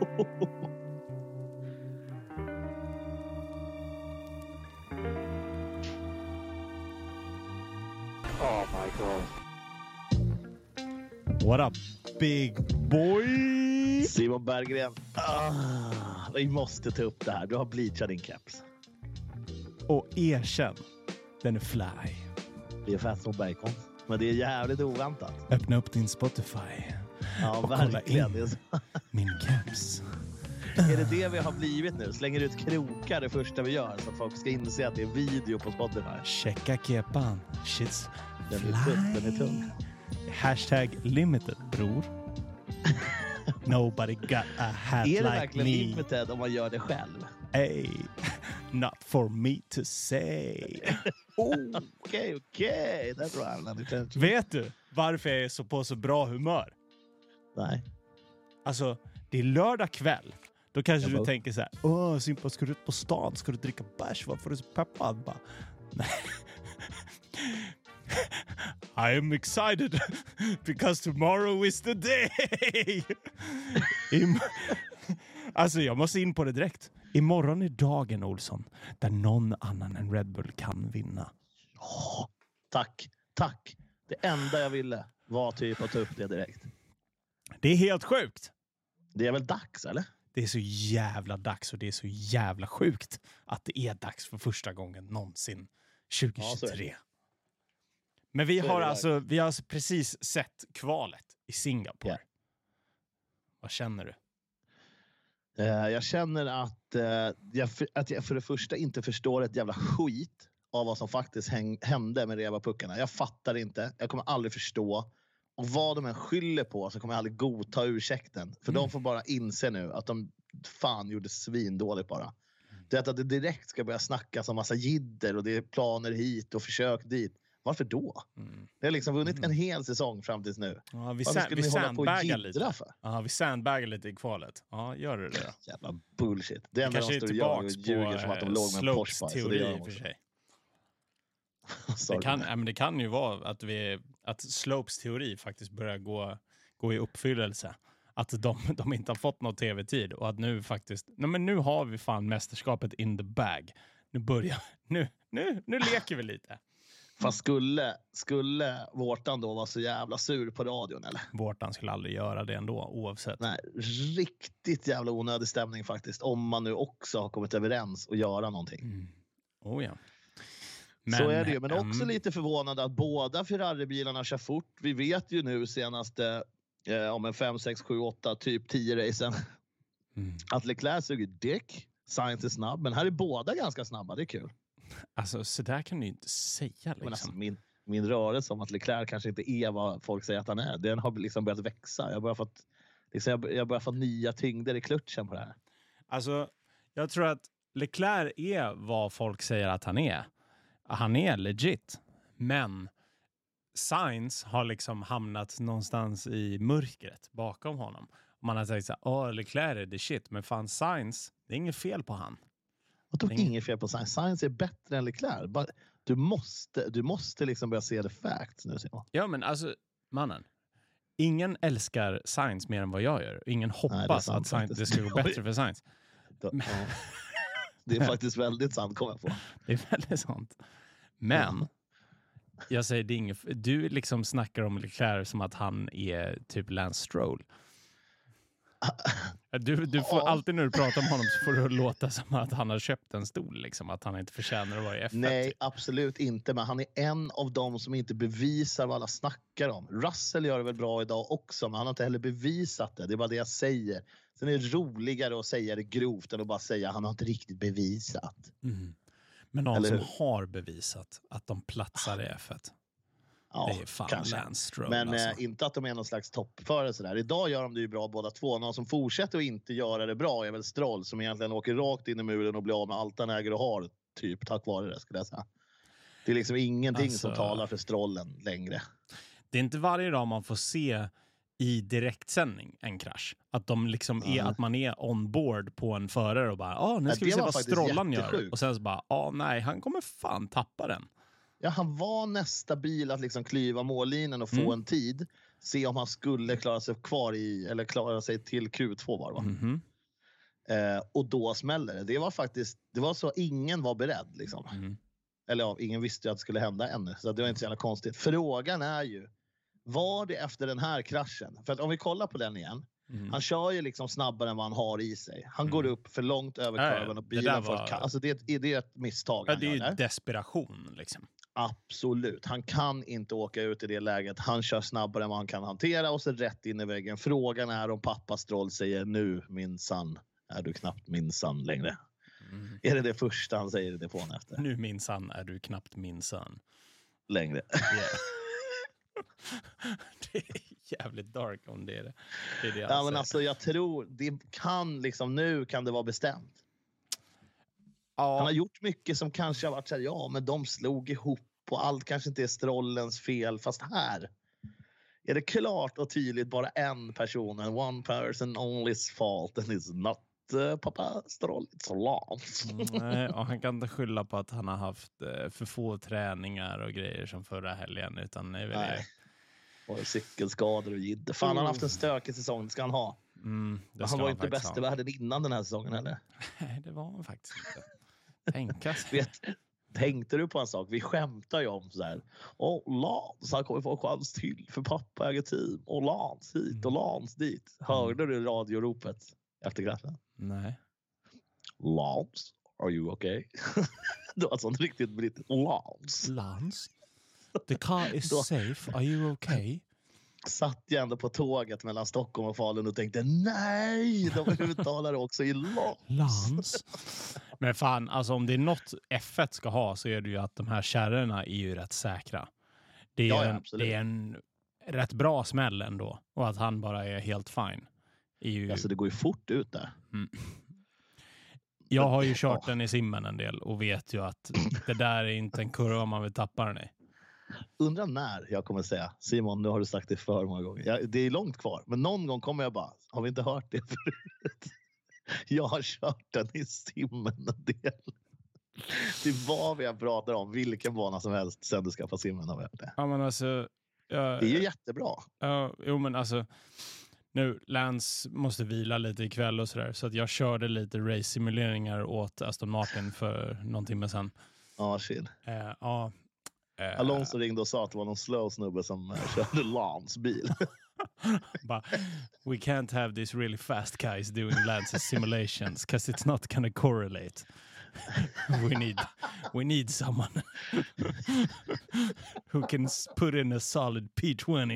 Oh my god. What up, big boy? Simon Berggren. Vi måste ta upp det här. Du har bleachat din caps. Och erkänn, den är fly. Det är fett som bacon. Men det är jävligt oväntat. Öppna upp din Spotify. Ja, och verkligen. kolla in min caps. Är det vi har blivit nu? Slänger ut krokar det första vi gör så att folk ska inse att det är video på Spotify. Checka kepan. Shit's Den fly. är tung. Hashtag limited, bror. Nobody got a hat Är det like verkligen me. limited om man gör det själv? Hey, not for me to say. Okej. That's right. Vet du varför jag är så på så bra humör? Nej. Alltså, det är lördag kväll. Då kanske du tänker så här: Simpa, ska du ut på stan? Ska du dricka bärs? Varför är du så peppad? Bara, nej. I am excited because tomorrow is the day. Alltså, jag måste in på det direkt. Imorgon är dagen, Olsson, där någon annan än Red Bull kan vinna. Oh, tack. Det enda jag ville var typ att ta upp det direkt. Det är helt sjukt. Det är väl dags, eller? Det är så jävla dags och det är så jävla sjukt att det är dags för första gången någonsin 2023. Ja, men vi har alltså precis sett kvalet i Singapore. Yeah. Vad känner du? Jag känner att jag för det första inte förstår ett jävla skit av vad som faktiskt hände med revapuckarna. Jag fattar inte. Jag kommer aldrig förstå. Och vad de än skyller på så kommer jag aldrig godta ursäkten. För de får bara inse nu att de fan gjorde svindåligt bara. Det är att det direkt ska börja snackas om massa jidder och det är planer hit och försök dit. Varför då? Det har liksom vunnit en hel säsong fram tills nu. Ja, vi sandbaggar lite. Ja, vi sandbaggar lite i kvalet. Ja, gör det då. Jävla bullshit. Det enda kanske de är står och ljuger som att de låg med en Porsche. Teori för sig. Det kan ju vara att Slopes teori faktiskt börjar gå i uppfyllelse. Att de inte har fått någon tv-tid och att nu faktiskt, men nu har vi fan mästerskapet in the bag. Nu leker vi lite. Fast skulle Vårtan då vara så jävla sur på radion, eller? Vårtan skulle aldrig göra det ändå, oavsett. Nej, riktigt jävla onödig stämning faktiskt. Om man nu också har kommit överens och göra någonting. Oh ja. Men, så är det ju, men också lite förvånande att båda Ferrari-bilarna kör fort. Vi vet ju nu senaste om en 5, 6, 7, 8, typ 10 racen att Leclerc suger dick. Sainz är snabb, men här är båda ganska snabba, det är kul. Alltså, så där kan du inte säga liksom. Men alltså, min rörelse om att Leclerc kanske inte är vad folk säger att han är, den har liksom börjat växa. Jag har börjat få nya tyngder i klutchen på det här. Alltså, jag tror att Leclerc är vad folk säger att han är. Han är legit. Men Sainz har liksom hamnat någonstans i mörkret bakom honom. Och man har sagt så här, Leclerc är the shit. Men fan, Sainz, det är inget fel på han. Jag tog inget fel på Sainz. Sainz är bättre än Leclerc. Du måste liksom börja se the facts nu, Simon. Ja, men alltså, mannen. Ingen älskar Sainz mer än vad jag gör. Ingen hoppas att det ska gå bättre för Sainz. Det är faktiskt väldigt sant, kommer jag på. Det är väldigt sant. Men jag säger det inget. Du liksom snackar om Leclerc som att han är typ Lance Stroll. Du får alltid när du pratar om honom så får du låta som att han har köpt en stol liksom, att han inte förtjänar att vara i F1. Nej, absolut inte, men han är en av dem som inte bevisar vad alla snackar om. Russell gör det väl bra idag också, men han har inte heller bevisat det. Det är bara det jag säger. Sen är det roligare att säga det grovt än att bara säga han har inte riktigt bevisat. Men någon som har bevisat att de platsar i F1. Ja, det är fan kanske. Lance Stroll, men alltså. Inte att de är någon slags toppförelse där. Idag gör de det ju bra båda två. Någon som fortsätter att inte göra det bra är väl Stroll, som egentligen åker rakt in i muren och blir av med allt han äger och har, typ, tack vare det, skulle jag säga. Det är liksom ingenting som talar för Strollen längre. Det är inte varje dag man får se i direktsändning en krasch. Att de liksom är, att man är on board på en förare och bara, nu ska vi se vad Strollan gör. Och sen så bara, nej, han kommer fan tappa den. Ja, han var nästa bil att liksom klyva mållinjen och få en tid. Se om han skulle klara sig kvar i, eller klara sig till Q2 var det, va? Och då smäller det. Det var så ingen var beredd liksom. Eller ja, ingen visste ju att det skulle hända ännu. Så det var inte så jävla konstigt. Frågan är ju, var det efter den här kraschen? För att om vi kollar på den igen. Han kör ju liksom snabbare än vad han har i sig. Han går upp för långt över kurvan och bilen får alltså det är ett misstag. Ja, det är ju desperation liksom. Absolut. Han kan inte åka ut i det läget. Han kör snabbare än vad han kan hantera och så rätt in i väggen. Frågan är om pappa Stroll säger nu minsann är du knappt minsann längre. Är det första han säger i depån efter? Nu minsann är du knappt minsann längre. Det är jävligt dark om det är det. Ja, men alltså jag tror det kan liksom, nu kan det vara bestämt. Ja. Han har gjort mycket som kanske har varit så här, ja men de slog ihop och allt kanske inte är Strollens fel, fast här är det klart och tydligt bara en person, and one person only's fault and it's not pappa Stroll, it's Lance. Nej, och han kan inte skylla på att han har haft för få träningar och grejer som förra helgen, utan det är väl det. Och cykelskador och jidder. Fan, han har haft en stökig säsong, det ska han ha. Han var inte bäst i världen innan den här säsongen heller. Nej, det var han faktiskt inte. Tänka sig. Tänkte du på en sak? Vi skämtar ju om så här. Lance, han kommer få en chans till för pappa äger team. Och Lance hit och Lance dit. Hörde du radioropet efter kraschen? Nej. Lance, are you okay? Det var sånt riktigt brittiskt. Lance, the car is safe. Are you okay? Satt jag ändå på tåget mellan Stockholm och Falun och tänkte nej, de uttalar också i Lance. Men fan, alltså om det är något F1 ska ha så är det ju att de här kärrorna är ju rätt säkra. Det är en rätt bra smäll ändå. Och att han bara är helt fine. Alltså det går ju fort ut där. Jag har ju kört den i simmen en del och vet ju att det där är inte en kurva man vill tappa den i. Undrar när jag kommer säga, Simon, nu har du sagt det för många gånger. Det är långt kvar, men någon gång kommer jag bara, har vi inte hört det förut? Jag har kört den i simmen en del. Det är vad vi har pratat om, vilken bana som helst sen du skaffade simmen har vi hört det. Ja, men alltså... det är ju jättebra. Jo, men alltså... Nu, Lance måste vila lite ikväll och sådär. Så att jag körde lite race-simuleringar åt Aston Martin för någon timme sedan. Shit. Ja. Alonso ringde och sa att det var någon slow snubbe som körde Lance bil. But we can't have these really fast guys doing Lance's simulations because it's not gonna correlate. We need someone who can put in a solid P20.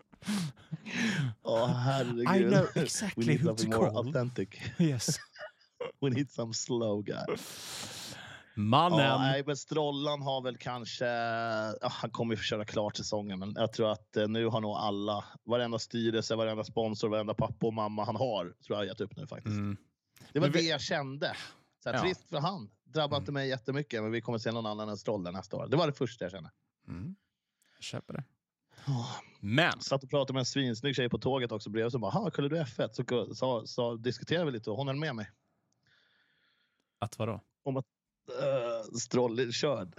Herregud. I know exactly who to call. Authentic. Yes. We need some slow guy. Mannen. Nej, men Strollan har väl kanske... han kommer ju köra klart säsongen, men jag tror att nu har nog alla, varenda styrelse, varenda sponsor, varenda pappa och mamma han har, tror jag gett upp nu faktiskt. Det var det jag kände. Så här, trist för han. Drabbar inte mig jättemycket, men vi kommer se någon annan än Stroll nästa år. Det var det första jag kände. Jag köper det. Men satt och pratade med en svinsnygg tjej på tåget också bredvid som bara, kollar du F1? Så diskuterade vi lite och hon höll med mig. Att vadå? Om att Stroll är körd.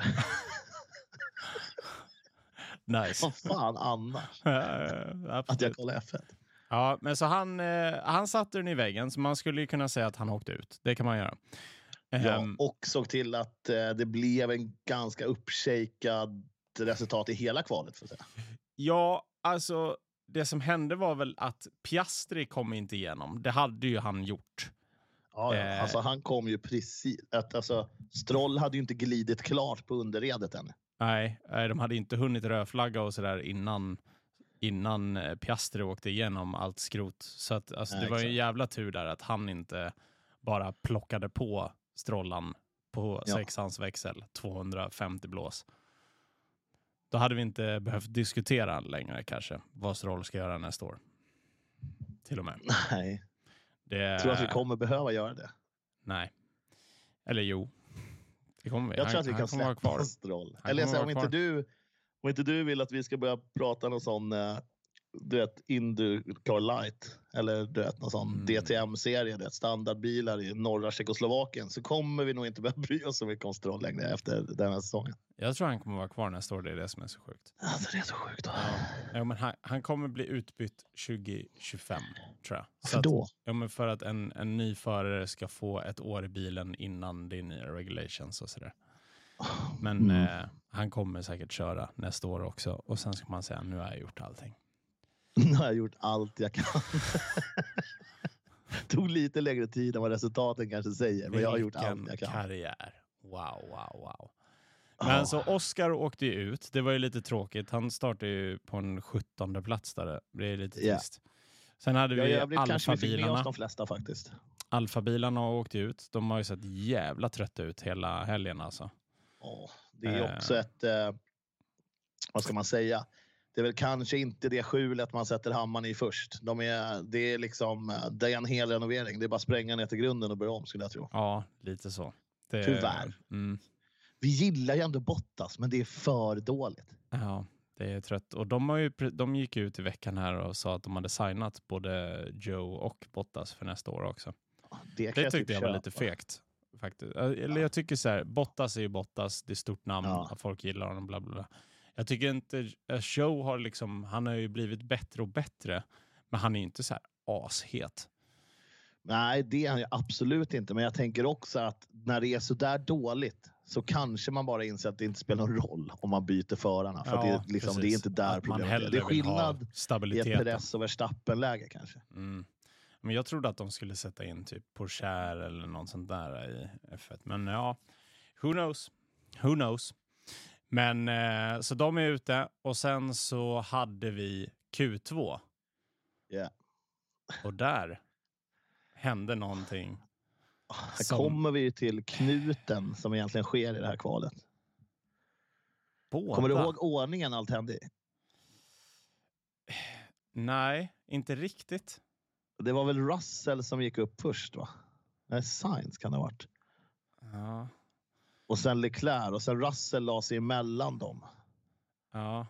Nice. Vad fan annars? Att jag kollar F1. Ja, men så han satte den i väggen, så man skulle ju kunna säga att han åkte ut. Det kan man göra. Ja, och såg till att det blev en ganska uppshakad resultat i hela kvalet, för att säga. Ja, alltså det som hände var väl att Piastri kom inte igenom. Det hade ju han gjort. Ja. Alltså han kom ju precis. Alltså, Stroll hade ju inte glidit klart på underredet än. Nej, de hade inte hunnit rödflagga och sådär innan Piastri åkte igenom allt skrot. Så att, alltså, det var ju en jävla tur där att han inte bara plockade på Strollan på sexans växel, 250 blås. Då hade vi inte behövt diskutera längre kanske vad Stroll ska göra nästa år. Till och med. Nej. Jag tror att vi kommer behöva göra det. Nej. Eller jo. Det kommer vi. Jag tror att vi kan släppa Stroll. Eller jag säger, om inte du vill att vi ska börja prata någon sån du vet, Indycar Light eller du vet, någon sån DTM-serie, det standardbilar i norra Tjeckoslovakien, så kommer vi nog inte börja bry oss så mycket om Stroll längre efter den här säsongen. Jag tror han kommer vara kvar nästa år, det är det som är så sjukt. Alltså det är så sjukt då. Ja, men han kommer bli utbytt 2025, tror jag. Varför då? Men för att en ny förare ska få ett år i bilen innan det är nya regulations och sådär. Men han kommer säkert köra nästa år också. Och sen ska man säga, nu har jag gjort allting. Nu har jag gjort allt jag kan. Tog lite längre tid än vad resultaten kanske säger. Men jag har gjort allt jag kan. Karriär. Wow. Men så Oscar åkte ju ut. Det var ju lite tråkigt. Han startade ju på en 17:e plats där. Det är lite trist. Sen hade vi Alfa-bilarna. De flesta faktiskt. Alfa-bilarna åkte ut. De har ju sett jävla trötta ut hela helgen alltså. Det är också ett... vad ska man säga? Det är väl kanske inte det skjulet man sätter hammaren i först. Det är liksom... Det är en hel renovering. Det är bara spränga ner till grunden och börja om, skulle jag tro. Ja, lite så. Tyvärr. Vi gillar ju ändå Bottas, men det är för dåligt. Ja, det är trött. Och de gick ut i veckan här och sa att de hade signat både Joe och Bottas för nästa år också. Det tyckte jag var lite fegt. Faktiskt. Eller jag tycker så här, Bottas är ju Bottas, det är stort namn, att folk gillar honom, bla bla bla. Jag tycker inte, Joe har liksom, han har ju blivit bättre och bättre, men han är ju inte så här ashet. Nej, det är han ju absolut inte, men jag tänker också att när det är så där dåligt så kanske man bara inser att det inte spelar någon roll om man byter förarna. För att det är inte där problemet är. Det är skillnad i ett Perez och Verstappen-läge kanske. Men jag trodde att de skulle sätta in typ Porsche eller något sånt där i F1. Men ja, who knows. Men så de är ute och sen så hade vi Q2. Yeah. Och där hände någonting. Här kommer vi till knuten som egentligen sker i det här kvalet. Kommer du ihåg ordningen allt hände i? Nej, inte riktigt. Det var väl Russell som gick upp först, va? Nej, Sainz kan det ha varit. Ja. Och sen Leclerc och sen Russell la sig emellan dem. Ja.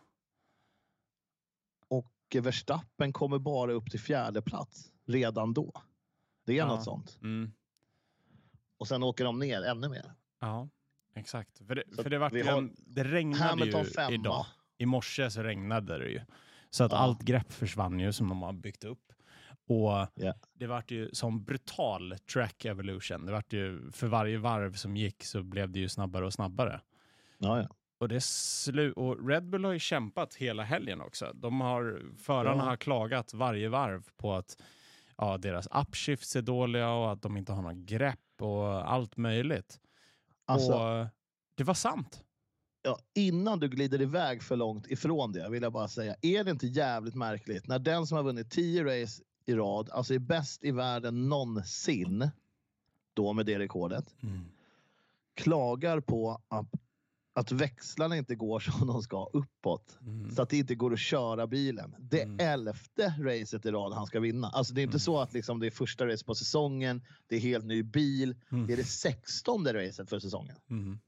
Och Verstappen kommer bara upp till 4:e plats redan då. Det är något sånt. Och sen åker de ner ännu mer. Ja, exakt. För det regnade ju idag. I morse så regnade det ju. Så att allt grepp försvann ju som de har byggt upp. Och det var ju som brutal track evolution. Det var ju för varje varv som gick så blev det ju snabbare och snabbare. Ja. Och och Red Bull har ju kämpat hela helgen också. Förarna har klagat varje varv på att deras upshifts är dåliga och att de inte har någon grepp och allt möjligt. Alltså, och det var sant. Ja, innan du glider iväg för långt ifrån det vill jag bara säga, är det inte jävligt märkligt när den som har vunnit 10 race i rad, alltså är bäst i världen någonsin, då med det rekordet, klagar på att växlarna inte går som de ska uppåt. Så att det inte går att köra bilen. Det 11:e racet i rad han ska vinna. Alltså det är inte så att liksom det är första race på säsongen, det är helt ny bil, det är det 16:e racet för säsongen.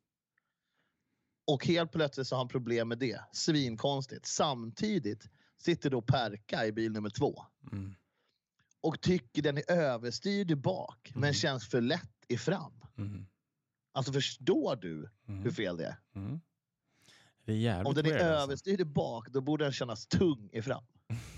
Och helt plötsligt så har han problem med det. Svinkonstigt. Samtidigt sitter då Perka i bil nummer 2. Och tycker den är överstyrd i bak, men känns för lätt i fram. Alltså förstår du hur fel det är? Det är jävligt. Om den är överstyrd i bak, då borde den kännas tung i fram.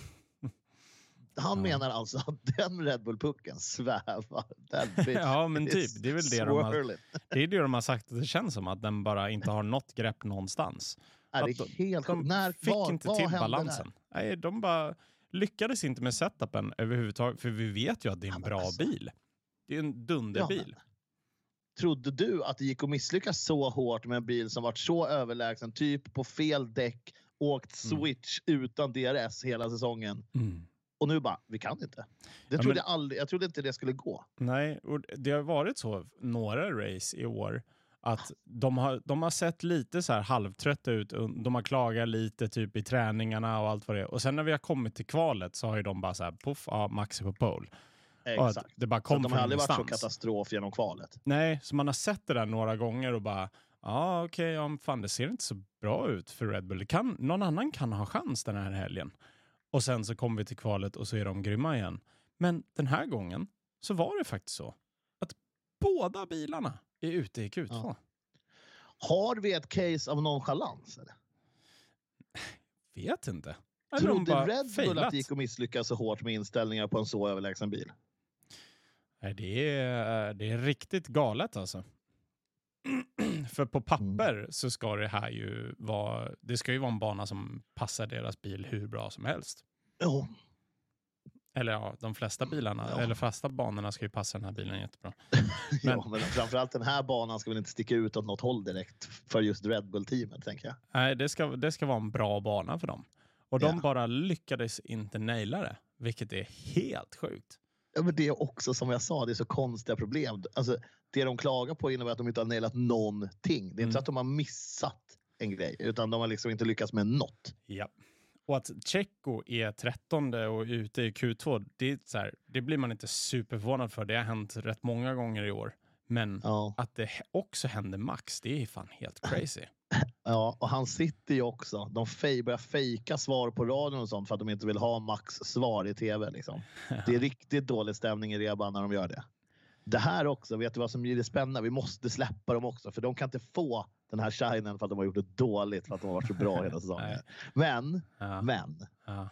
Han menar alltså att den Red Bull-pucken svävar. Ja, men typ. Det är väl det de har sagt. Det känns som att den bara inte har något grepp någonstans. Är det helt de fick inte till balansen. Nej, de bara lyckades inte med setupen överhuvudtaget. För vi vet ju att det är en bra bil. Det är en dunderbil. Trodde du att det gick att misslyckas så hårt med en bil som varit så överlägsen, typ på fel däck, åkt switch utan DRS hela säsongen? Och nu bara, vi kan inte. Jag trodde inte det skulle gå. Nej, och det har varit så några race i år att de har sett lite så här halvtrötta ut. De har klagat lite typ i träningarna och allt vad det är. Och sen när vi har kommit till kvalet så har ju de bara så här, Max är på pole. Exakt. Det bara kom så de har aldrig varit så katastrof genom kvalet. Nej, så man har sett det där några gånger och bara, fan det ser inte så bra ut för Red Bull. Någon annan kan ha chans den här helgen. Och sen så kommer vi till kvalet och så är de grymma igen. Men den här gången så var det faktiskt så att båda bilarna är ute i Q2. Ja. Har vi ett case av nonchalans? Eller? Vet inte. Eller Trodde bara Red Bull failat. att det gick att misslyckas så hårt med inställningar på en så överlägsen bil? Nej, det är riktigt galet alltså. För på papper så ska det här ju vara... Det ska ju vara en bana som passar deras bil hur bra som helst. Ja. Eller ja, de flesta bilarna, Ja. eller flesta banorna ska ju passa den här bilen jättebra. Ja, men framförallt den här banan ska väl inte sticka ut åt något håll direkt för just Red Bull-teamet, tänker jag. Nej, det ska vara en bra bana för dem. Och de Ja. bara lyckades inte naila det, vilket är helt sjukt. Ja, men det är också, som jag sa, det är så konstiga problem. Alltså, det de klagar på innebär att de inte har nailat någonting. Det är inte så att de har missat en grej, utan de har liksom inte lyckats med något. Ja. Och att Checo är 13:e och ute i Q2, det, är så här, det blir man inte superförvånad för. Det har hänt rätt många gånger i år. Men Ja. att det också händer Max, det är fan helt crazy. Ja, och han sitter ju också. De börjar fejka svar på radion och sånt för att de inte vill ha Max svar i tv. Liksom. Det är riktigt dålig stämning i reban när de gör det. Det här också, vet du vad som blir det spännande? Vi måste släppa dem också, för de kan inte få den här shinen för att de har gjort det dåligt, för att de har varit så bra hela säsongen. Men Ja.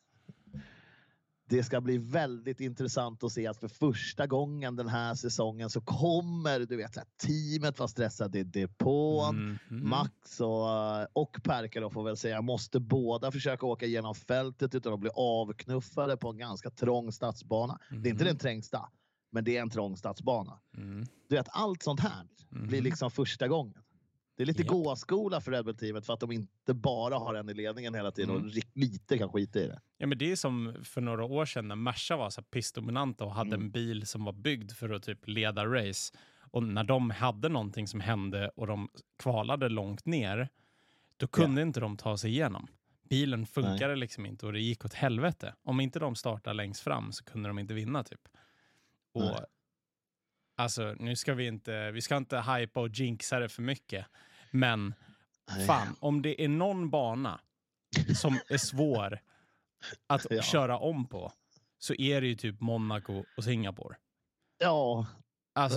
det ska bli väldigt intressant att se att för första gången den här säsongen så kommer, du vet, så här, teamet vara stressat. Det är depån, Max och Perkalo får väl säga, måste båda försöka åka genom fältet utan att bli avknuffade på en ganska trång stadsbana. Det är inte den trängsta, men det är en trång stadsbana. Du vet, allt sånt här blir liksom första gången. Det är lite gåskola för Red Bull-teamet för att de inte bara har en i ledningen hela tiden och lite kan skita i det. Ja, men det är som för några år sedan när Merca var så pissdominanta och hade en bil som var byggd för att typ leda race. Och när de hade någonting som hände och de kvalade långt ner, då kunde inte de ta sig igenom. Bilen funkade liksom inte och det gick åt helvete. Om inte de startade längst fram så kunde de inte vinna typ. Och alltså, nu ska vi ska inte hypa och jinxa det för mycket. Men fan, om det är någon bana som är svår att köra om på, så är det ju typ Monaco och Singapore. Ja. Alltså,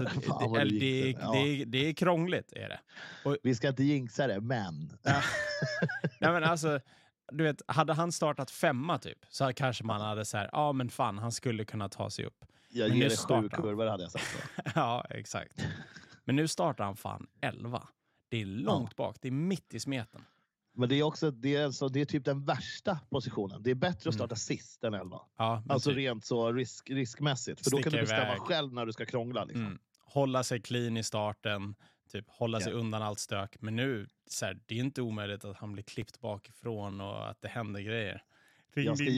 det är krångligt, är det. Och, vi ska inte jinxa det, men... Nej, men alltså, du vet, hade han startat 5 typ, så kanske man hade så här, men fan, han skulle kunna ta sig upp. Jag ger det 7 kurvor, hade jag sagt så. Ja, exakt. Men nu startar han fan 11. Det är långt bak, det är mitt i smeten. Men det är också det är typ den värsta positionen. Det är bättre att starta sist än 11. Ja, alltså typ rent så riskmässigt. För då kan du bestämma iväg själv när du ska krångla. Liksom. Hålla sig clean i starten. Typ hålla sig undan allt stök. Men nu, så här, det är inte omöjligt att han blir klippt bakifrån och att det händer grejer. Jag ska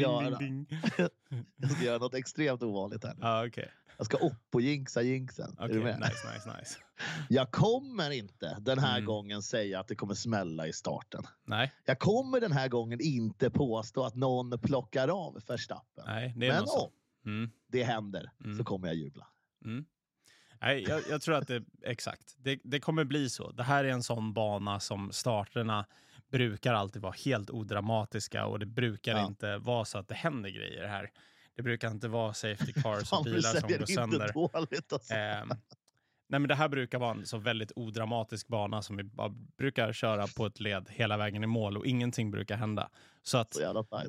göra något extremt ovanligt här. Okay. Jag ska upp och jinxen. Okay, är du med? Nice. Jag kommer inte den här gången säga att det kommer smälla i starten. Nej. Jag kommer den här gången inte påstå att någon plockar av Verstappen. Nej, det är men om det händer så kommer jag jubla. Nej, jag tror att det kommer bli så. Det här är en sån bana som starterna brukar alltid vara helt odramatiska och det brukar inte vara så att det händer grejer här. Det brukar inte vara safety cars och bilar som går sönder. Dåligt, alltså. Nej, men det här brukar vara en så väldigt odramatisk bana som vi bara brukar köra på ett led hela vägen i mål och ingenting brukar hända. Så att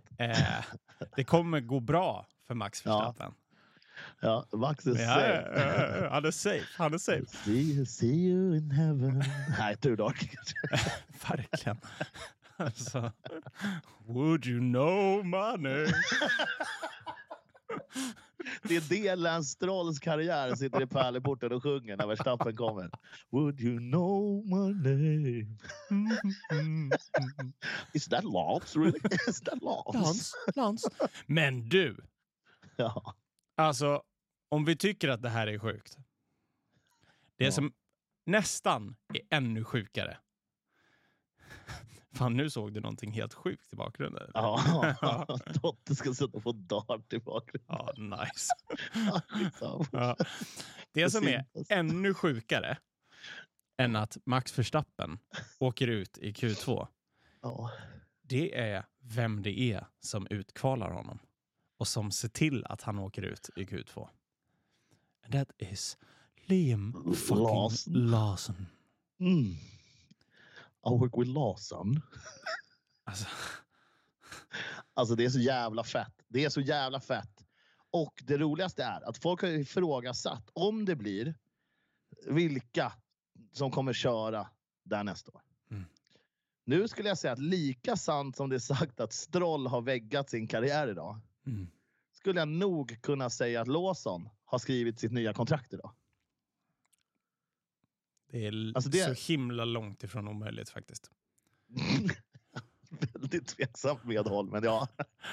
det kommer gå bra för Max Verstappen. Ja, Max är safe. Han är safe. See you in heaven. Nej, too dark. Verkligen. Alltså, would you know my name? Det är det Lance Strolls karriär sitter i pärleporten och sjunger när Verstappen kommer. Would you know my name? Is that Lance really? Is that Lance? Men du. Ja. Alltså, om vi tycker att det här är sjukt. Det som nästan är ännu sjukare. Fan, nu såg du någonting helt sjukt i bakgrunden. Ja, Totte ska sätta på dart i bakgrunden. Ja, nice. Det som är ännu sjukare än att Max Verstappen åker ut i Q2. Det är vem det är som utkvalar honom. Och som ser till att han åker ut i Q2. And that is Liam fucking Lawson. I work with Lawson. Alltså det är så jävla fett. Det är så jävla fett. Och det roligaste är att folk har ifrågasatt om det blir vilka som kommer köra där nästa år. Nu skulle jag säga att lika sant som det är sagt att Stroll har väggat sin karriär idag. Skulle jag nog kunna säga att Lawson har skrivit sitt nya kontrakt idag. Det är så himla långt ifrån omöjligt faktiskt. Väldigt tveksamt medhåll, men ja.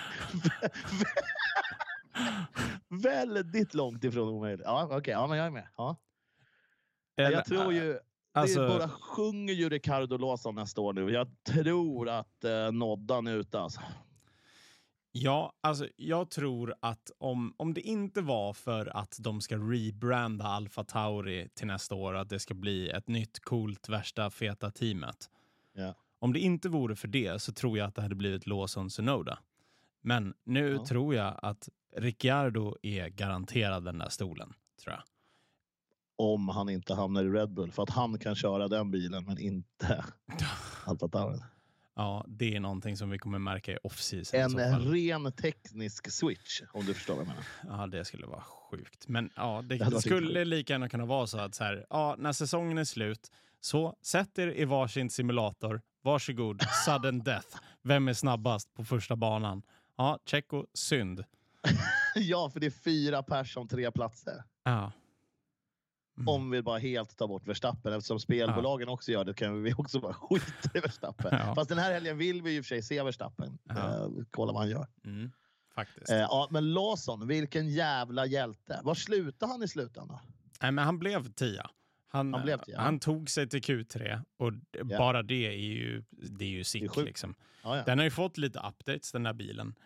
Väldigt långt ifrån omöjligt. Ja, okej. Ja, men jag är med. Ja. Jag tror ju... Alltså, det bara sjunger ju Ricardo Lawson nästa år nu. Jag tror att Noddan är ute alltså. Ja, alltså jag tror att om det inte var för att de ska rebranda Alfa Tauri till nästa år, att det ska bli ett nytt coolt värsta feta teamet. Ja. Om det inte vore för det så tror jag att det hade blivit Lawson Tsunoda. Men nu tror jag att Ricciardo är garanterad den där stolen, tror jag. Om han inte hamnar i Red Bull. För att han kan köra den bilen, men inte Alfa Tauri. Ja, det är någonting som vi kommer märka i off-season. En ren teknisk switch, om du förstår vad jag menar. Ja, det skulle vara sjukt. Men ja, det skulle lika gärna kunna vara så att så här, ja, när säsongen är slut, så sätt er i varsin simulator. Varsågod, sudden death. Vem är snabbast på första banan? Ja, Checo, synd. Ja, för det är 4 pers om 3 platser. Ja. Om vi bara helt tar bort Verstappen. Eftersom spelbolagen också gör det, kan vi också bara skita i Verstappen. Ja. Fast den här helgen vill vi ju för sig se Verstappen. Kolla vad han gör. Faktiskt. Ja, men Lawson, vilken jävla hjälte. Var slutade han i slutändan? Nej, men han blev 10. Han tog sig till Q3 och bara det är ju sick liksom. Ja. Den har ju fått lite updates, den där bilen.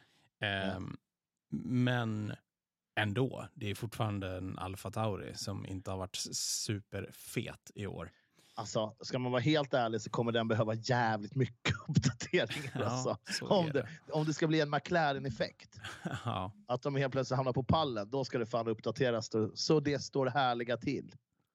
Men ändå, det är fortfarande en Alfa Tauri som inte har varit superfet i år. Alltså, ska man vara helt ärlig så kommer den behöva jävligt mycket uppdateringar. Alltså. Om det ska bli en McLaren-effekt. Ja. Att de helt plötsligt hamnar på pallen, då ska det fan uppdateras så det står härliga till.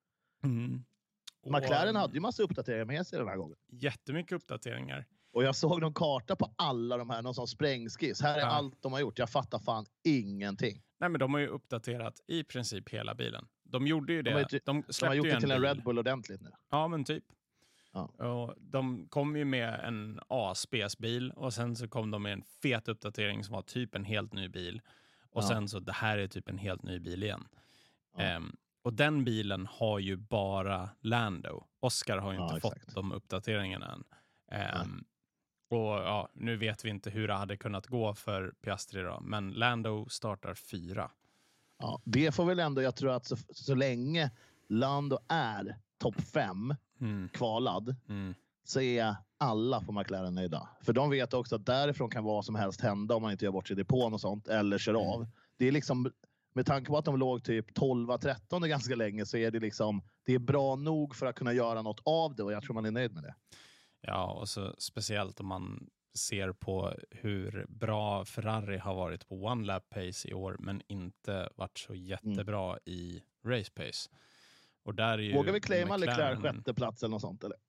McLaren hade ju massa uppdateringar med sig den här gången. Jättemycket uppdateringar. Och jag såg någon karta på alla de här, någon sån sprängskiss. Här är allt de har gjort. Jag fattar fan ingenting. Nej, men de har ju uppdaterat i princip hela bilen. De gjorde ju det. De har gjort det till en Red Bull ordentligt nu. Ja, men typ. Ja. Och de kom ju med en A-spec-bil och sen så kom de med en fet uppdatering som var typ en helt ny bil. Och sen så, det här är typ en helt ny bil igen. Ja. Och den bilen har ju bara Lando. Oscar har ju inte fått de uppdateringarna än. Och nu vet vi inte hur det hade kunnat gå för Piastri då. Men Lando startar 4. Ja, det får väl ändå, jag tror att så länge Lando är topp 5 kvalad så är alla på McLaren nöjda. För de vet också att därifrån kan vad som helst hända om man inte gör bort sig i depån och sånt eller kör av. Det är liksom, med tanke på att de låg typ 12-13 ganska länge, så är det liksom, det är bra nog för att kunna göra något av det, och jag tror man är nöjd med det. Ja, och så speciellt om man ser på hur bra Ferrari har varit på one lap pace i år, men inte varit så jättebra i race pace. Och där är ju vågar vi claima Leclerc 6:e plats eller något sånt, eller?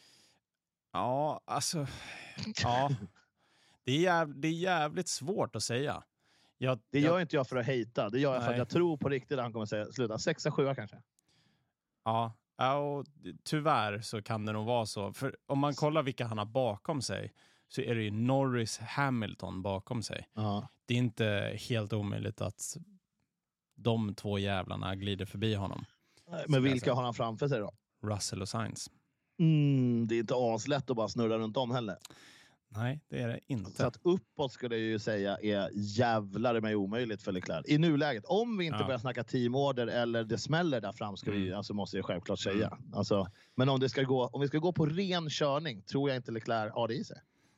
Ja, alltså ja. Det är jävligt svårt att säga. Det gör inte jag för att hejta. Det gör jag för att jag tror på riktigt att han kommer säga sluta 6-7 kanske. Ja, och tyvärr så kan det nog vara så. För om man kollar vilka han har bakom sig, så är det ju Norris, Hamilton bakom sig. Det är inte helt omöjligt att de 2 jävlarna glider förbi honom. Men vilka har han framför sig då? Russell och Sainz. Det är inte aslätt att bara snurra runt om heller. Nej, det är det inte. Så att uppåt skulle jag ju säga är jävlar med omöjligt för Leclerc. I nuläget, om vi inte börjar snacka teamorder eller det smäller där fram, ska vi, alltså måste jag självklart säga. Alltså, men om vi ska gå på ren körning, tror jag inte Leclerc har det i sig.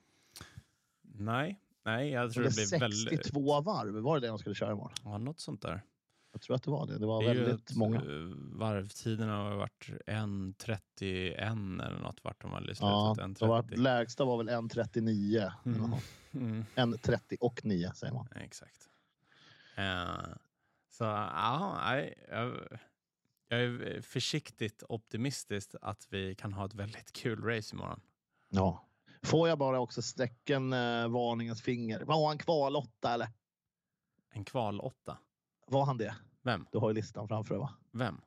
Nej, jag tror det blir 62 varv, var det de skulle köra imorgon? Ja, något sånt där. Jag tror att det var det. Det var väldigt många. Varvtiderna har varit 1:31 eller något, vart de hade slutat. Ja, lägsta var väl 1:39. än 30 och 9 säger man. Exakt. Så ja, jag är försiktigt optimistisk att vi kan ha ett väldigt kul race imorgon. Ja. Får jag bara också sträcka en varningens finger? Var han kval 8 eller? En kval 8? Var han det? Vem? Du har ju listan framför dig, va? Vem?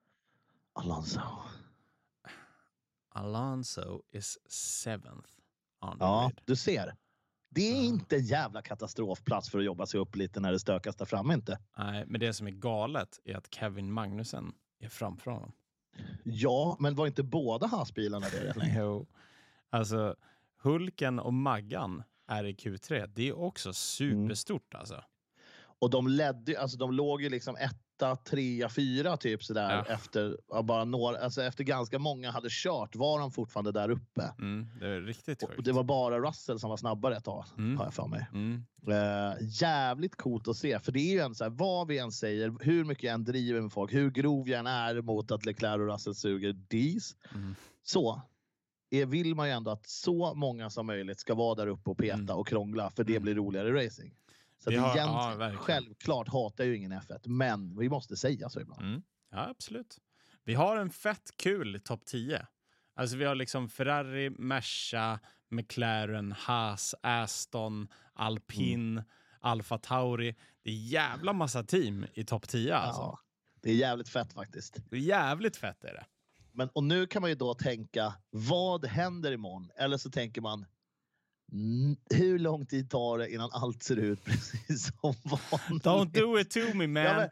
Alonso is 7th on the grid. Du ser. Det är inte en jävla katastrofplats för att jobba sig upp lite när det stökas där fram, inte. Nej, men det som är galet är att Kevin Magnussen är framför honom. Ja, men var inte båda hasbilarna det rätt länge? Jo. Alltså, Hulken och Maggan är i Q3. Det är också superstort alltså. Och de låg ju liksom 1, 3, 4 typ sådär efter bara några, alltså efter ganska många hade kört var de fortfarande där uppe. Det är riktigt sjukt. Och det var bara Russell som var snabbare ett tag, har jag för mig. Jävligt coolt att se, för det är ju en så här, vad vi än säger, hur mycket jag än driver med folk, hur grov jag än är mot att Leclerc och Russell suger dis, så vill man ju ändå att så många som möjligt ska vara där uppe och peta och krångla, för det blir roligare racing. Så självklart hatar ju ingen F1, men vi måste säga så ibland. Ja, absolut. Vi har en fett kul topp 10. Alltså vi har liksom Ferrari, Merca, McLaren, Haas, Aston, Alpine, Alfa Tauri. Det är jävla massa team i topp 10 alltså. Ja, det är jävligt fett faktiskt. Det är jävligt fett är det. Och nu kan man ju då tänka, vad händer imorgon? Eller så tänker man, hur lång tid tar det innan allt ser ut precis som vanligt? Don't do it to me, man. Ja,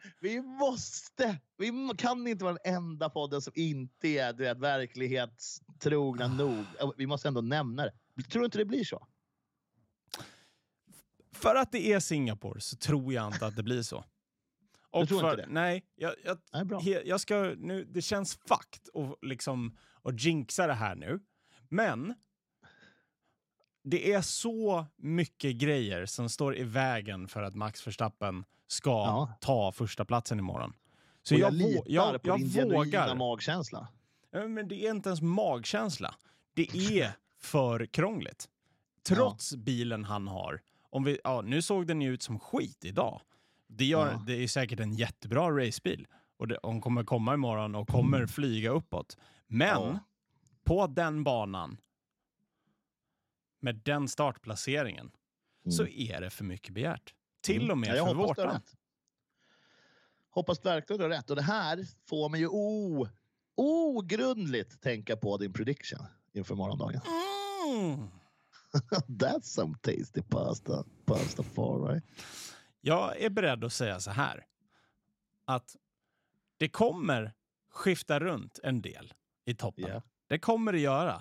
vi kan inte vara den enda podden som inte är verklighetstrogna nog. Vi måste ändå nämna det. Tror du inte det blir så? För att det är Singapore så tror jag inte att det blir så. Och du tror inte det? Nej, jag ska nu, det känns fucked och jinxa det här nu. Men det är så mycket grejer som står i vägen för att Max Verstappen ska ta första platsen imorgon. Så jag litar på din genuina magkänsla. Men det är inte ens magkänsla. Det är för krångligt. Trots bilen han har. Nu såg den ju ut som skit idag. Det är säkert en jättebra racebil. Och hon kommer komma imorgon och kommer flyga uppåt. Men på den banan, med den startplaceringen, så är det för mycket begärt. Till och med för vårt. Hoppas verkligen du har rätt. Och det här får mig ju ogrundligt tänka på din prediction inför morgondagen. That's some tasty pasta for, right? Jag är beredd att säga så här. Att det kommer skifta runt en del i toppen. Yeah. Det kommer det göra.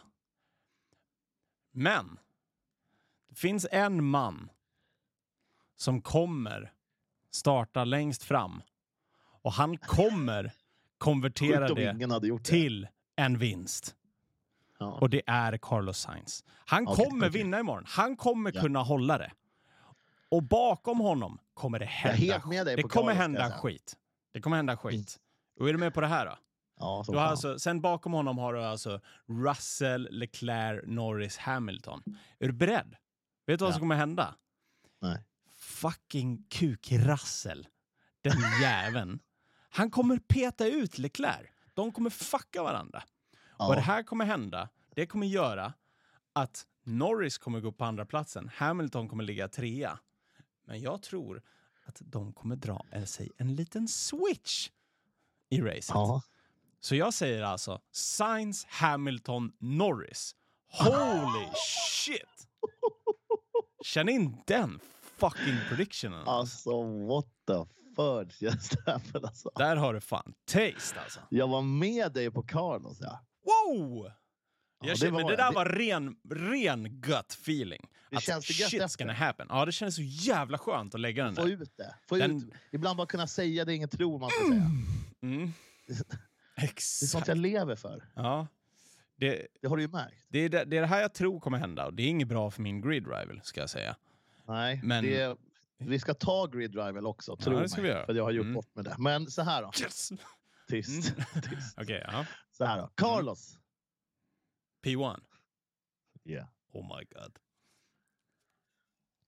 Men det finns en man som kommer starta längst fram. Och han kommer konvertera det till en vinst. Ja. Och det är Carlos Sainz. Han kommer vinna imorgon. Han kommer kunna hålla det. Och bakom honom kommer det hända. Det kommer hända skit. Det kommer hända skit. Och är du med på det här då? Ja, du har alltså, sen bakom honom har du alltså Russell, Leclerc, Norris, Hamilton. Är du beredd? Vet du vad som kommer hända? Nej. Fucking Russell. Den jäveln. Han kommer peta ut Leclerc. De kommer fucka varandra. Ja. Och det här kommer hända. Det kommer göra att Norris kommer gå på andra platsen. Hamilton kommer ligga 3:a. Men jag tror att de kommer dra sig en liten switch i racet. Ja. Så jag säger alltså Sainz, Hamilton, Norris. Holy shit! Känn in den fucking predictionen. Alltså, what the fudge just happened, alltså. Där har du fan taste, alltså. Jag var med dig på Carlos, Wow! Jag känner, men det där var ren gut feeling. Det att känns det gött shit's gonna happen. Ja, det känns så jävla skönt att lägga den där. Få ut det. Ibland bara kunna säga det ingen tror man ska säga. Exakt. Det är sånt jag lever för. Ja. Det har du ju märkt. Det är det här jag tror kommer hända. Och det är inget bra för min grid rival, ska jag säga. Nej, men vi ska ta grid rival också, tror det ska vi göra. För jag har gjort bort med det. Men så här då. Yes. Tyst. Okej, ja. Så här då. Carlos. P1. Yeah. Oh my god.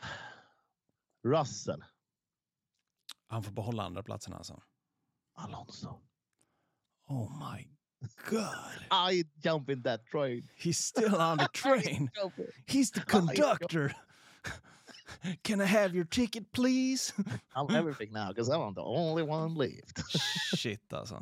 Russell. Han får behålla andra platsen alltså. Alonso. Oh my god. I jump in that train. He's still on the train. He's the conductor. Can I have your ticket please? I'm everything now because I'm the only one left. Shit alltså.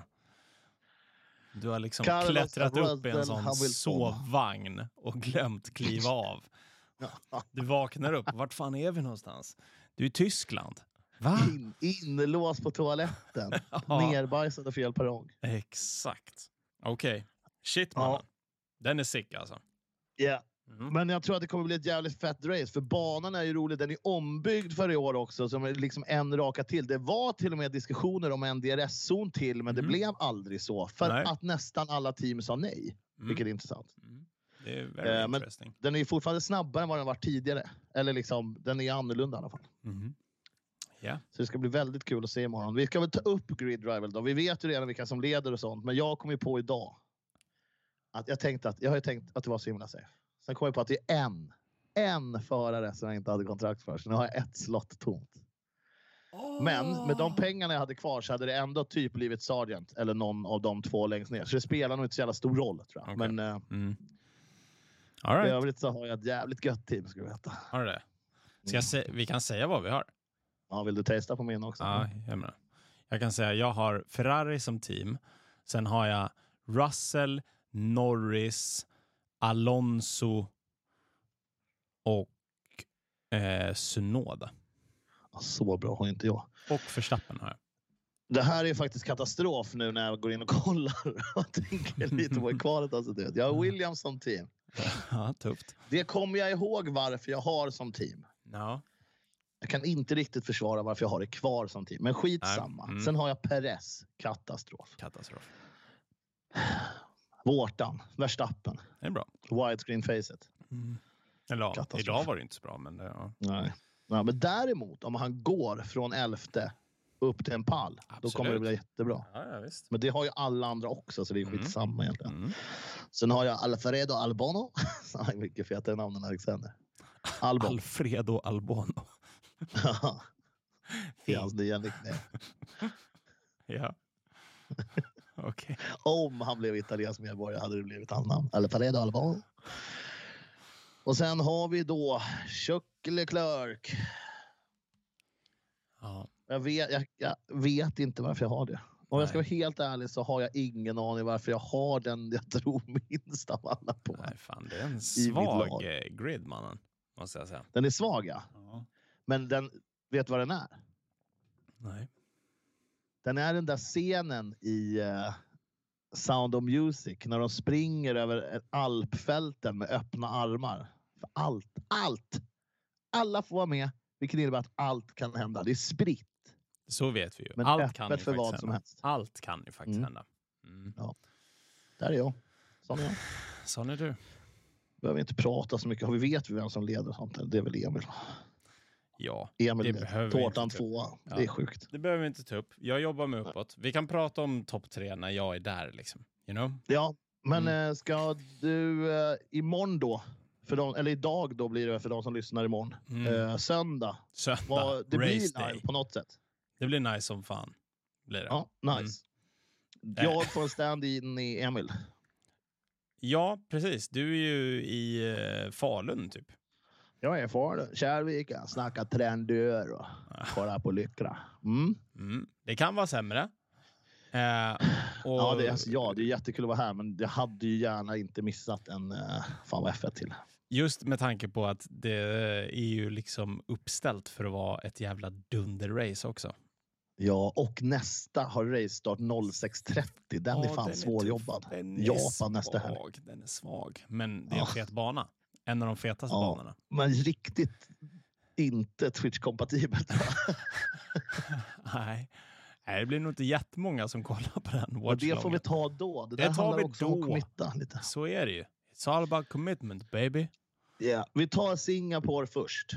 Du har liksom Carlos klättrat upp i en Russell, sån han vill sovvagn och glömt kliva av. Du vaknar upp. Vart fan är vi någonstans? Du är i Tyskland. Va? Inlås på toaletten. Nerbajsad och fel perrong. Exakt. Okej. Shit man. Ja. Den är sick alltså. Ja. Yeah. Men jag tror att det kommer bli ett jävligt fett race. För banan är ju rolig. Den är ombyggd för i år också. Som är liksom en raka till. Det var till och med diskussioner om en DRS-zon till. Men det blev aldrig så. För att nästan alla team sa nej. Vilket är intressant. Det är very interesting. Den är ju fortfarande snabbare än vad den var tidigare. Eller liksom, den är annorlunda i alla fall. Yeah. Så det ska bli väldigt kul att se imorgon. Vi ska väl ta upp Grid Rival då. Vi vet ju redan vilka som leder och sånt. Men jag kom ju på idag. Att jag har ju tänkt att det var så himla safe. Sen kom jag på att det är en förare som jag inte hade kontrakt för. Så nu har jag ett slott tomt. Men med de pengarna jag hade kvar så hade det ändå typ blivit Sargent. Eller någon av de två längst ner. Så det spelar nog inte så jävla stor roll tror jag. Okay. Men all right. i övrigt så har jag ett jävligt gött team ska du veta. Har du det? Vi kan säga vad vi har. Ja, vill du testa på min också? Ja, jag menar. Jag kan säga jag har Ferrari som team. Sen har jag Russell, Norris, Alonso och Tsunoda. Ja, så bra har inte jag. Och Verstappen har jag. Det här är faktiskt katastrof nu när jag går in och kollar och tänker lite på kvalet. Alltså det. Jag har Williams som team. Ja, tufft. Det kommer jag ihåg varför jag har som team. Ja. Jag kan inte riktigt försvara varför jag har det kvar som team. Men skitsamma. Sen har jag Perez. Katastrof. Vårtan. Verstappen. Det är bra. Widescreen facet. Eller ja, idag var det inte så bra. Men det, Nej. Ja, men däremot om han går från 11:e upp till en pall. Absolut. Då kommer det bli jättebra. Ja, visst. Men det har ju alla andra också. Så det är skitsamma egentligen. Sen har jag Alfredo Albano. Han är mycket fetare namn än Alexander. Alfredo Albano. Ja. Det är hans nya nickname. Ja. Okej. Om han blev italiensk medborgare hade det blivit hans namn. Alfredo Albano. Och sen har vi då Leclerc. Ja. Jag vet inte varför jag har det. Om jag ska vara helt ärlig så har jag ingen aning varför jag har den jag tror minst av alla på. Nej, fan, det är en svag grid, mannen. Måste jag säga. Den är svag, ja. Men den, vet vad den är? Nej. Den är den där scenen i Sound of Music när de springer över alpfälten med öppna armar. För alla får vara med, vilket innebär att allt kan hända. Det är spritt. Så vet vi ju. Men allt kan ju för vad som helst. Allt kan ju faktiskt hända. Ja. Där är jag. Sån är jag. Sån är du. Behöver inte prata så mycket. Vi vet vem som leder och sånt. Det är väl Emil. Ja, Emil, tårtan 2. Ja. Det är sjukt. Det behöver vi inte ta upp. Jag jobbar med uppåt. Vi kan prata om topp 3 när jag är där liksom. You know? Ja, men ska du imorgon då? Eller idag då blir det för de som lyssnar imorgon. Söndag. Det blir live på något sätt. Det blir nice som fan. Blir det. Ja, nice. Jag får en stand in i Emil. Ja, precis. Du är ju i Falun typ. Jag är i Falun. Kärvika. Snackar trendör och kolla på lyckra. Det kan vara sämre. Ja, det är jättekul att vara här. Men jag hade ju gärna inte missat en fan vad F1 till. Just med tanke på att det är ju liksom uppställt för att vara ett jävla dunderrace också. Ja, och nästa har race start 06:30. Den är fan svårjobbad. Japan nästa här. Den är svag, men det är en fet bana. En av de fetaste banorna. Men riktigt inte Twitch-kompatibelt. Nej, det blir nog inte jättemånga som kollar på den. Och det får vi ta då. Det handlar vi också om att committa lite. Så är det ju. It's all about commitment, baby. Yeah. Vi tar Singapore först.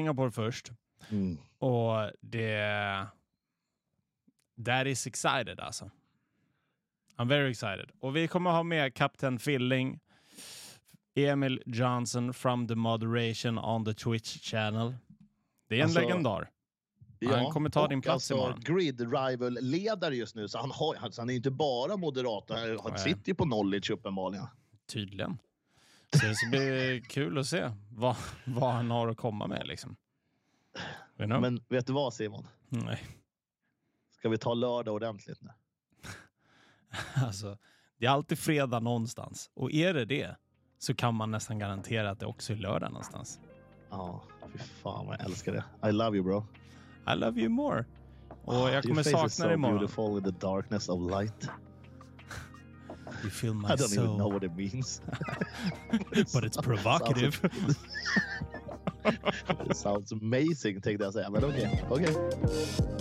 Och det... That is excited alltså. I'm very excited. Och vi kommer ha med Captain Filling, Emil Johnson from the moderation on the Twitch channel. Det är en legendar. Han kommer ta din plats imorgon. Grid Rival-ledare just nu. Så han är inte bara moderat. Han sitter ju på knowledge uppenbarligen. Tydligen. Så det ska bli kul att se vad han har att komma med liksom. Men vet du vad, Simon? Nej. Ska vi ta lördag ordentligt nu? Alltså, det är alltid fredag någonstans. Och är det så kan man nästan garantera att det också är lördag någonstans. Ja, fy fan vad jag älskar det. I love you, bro. I love you more. Och jag kommer sakna dig imorgon. Beautiful in the darkness of light. You feel my I don't soul. even know what it means. But it's provocative. It sounds amazing, tänkte jag säga. Men okej.